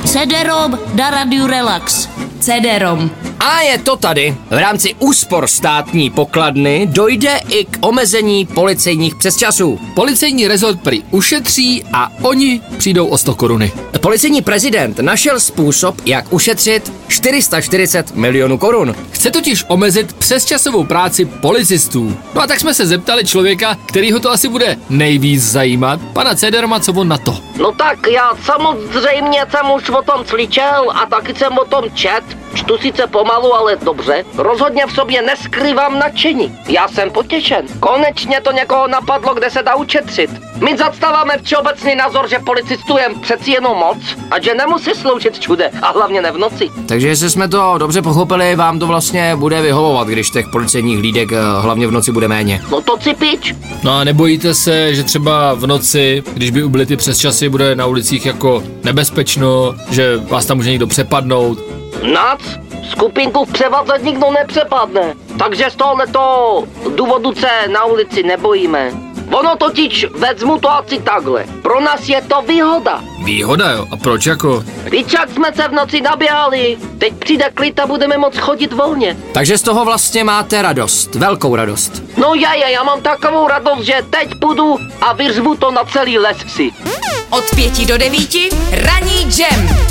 CD-ROM na Radio Relax. CD-ROM. A je to tady. V rámci úspor státní pokladny dojde i k omezení policejních přesčasů. Policejní rezort prý ušetří a oni přijdou o 100 koruny. Policejní prezident našel způsob, jak ušetřit 440 milionů korun. Chce totiž omezit přesčasovou práci policistů. No a tak jsme se zeptali člověka, kterýho to asi bude nejvíc zajímat, pana Cederma, co on na to. No tak já samozřejmě jsem už o tom slyšel a taky jsem o tom čet. Čtu sice pomalu, ale dobře. Rozhodně v sobě neskrývám nadšení. Já jsem potěšen. Konečně to někoho napadlo, kde se dá ušetřit. My zastáváme všeobecný názor, že policistů je přeci jenom moc a že nemusí sloužit všude a hlavně ne v noci. Takže jestli jsme to dobře pochopili, vám to vlastně bude vyhovovat, když těch policejních hlídek hlavně v noci bude méně. No to si pič. No a nebojíte se, že třeba v noci, když by ubyly ty přesčasy, bude na ulicích jako nebezpečno, že vás tam může někdo přepadnout? Nac? Skupinku v převaze nikdo nepřepadne. Takže z tohoto důvodu se na ulici nebojíme. Ono totiž, vezmu to asi takhle. Pro nás je to výhoda. Výhoda, jo? A proč jako? Víčak jsme se v noci naběhali. Teď přijde klid a budeme moct chodit volně. Takže z toho vlastně máte radost, velkou radost. No já mám takovou radost, že teď půjdu a vyřvu to na celý les si. Od 5 do 9 ranní džem.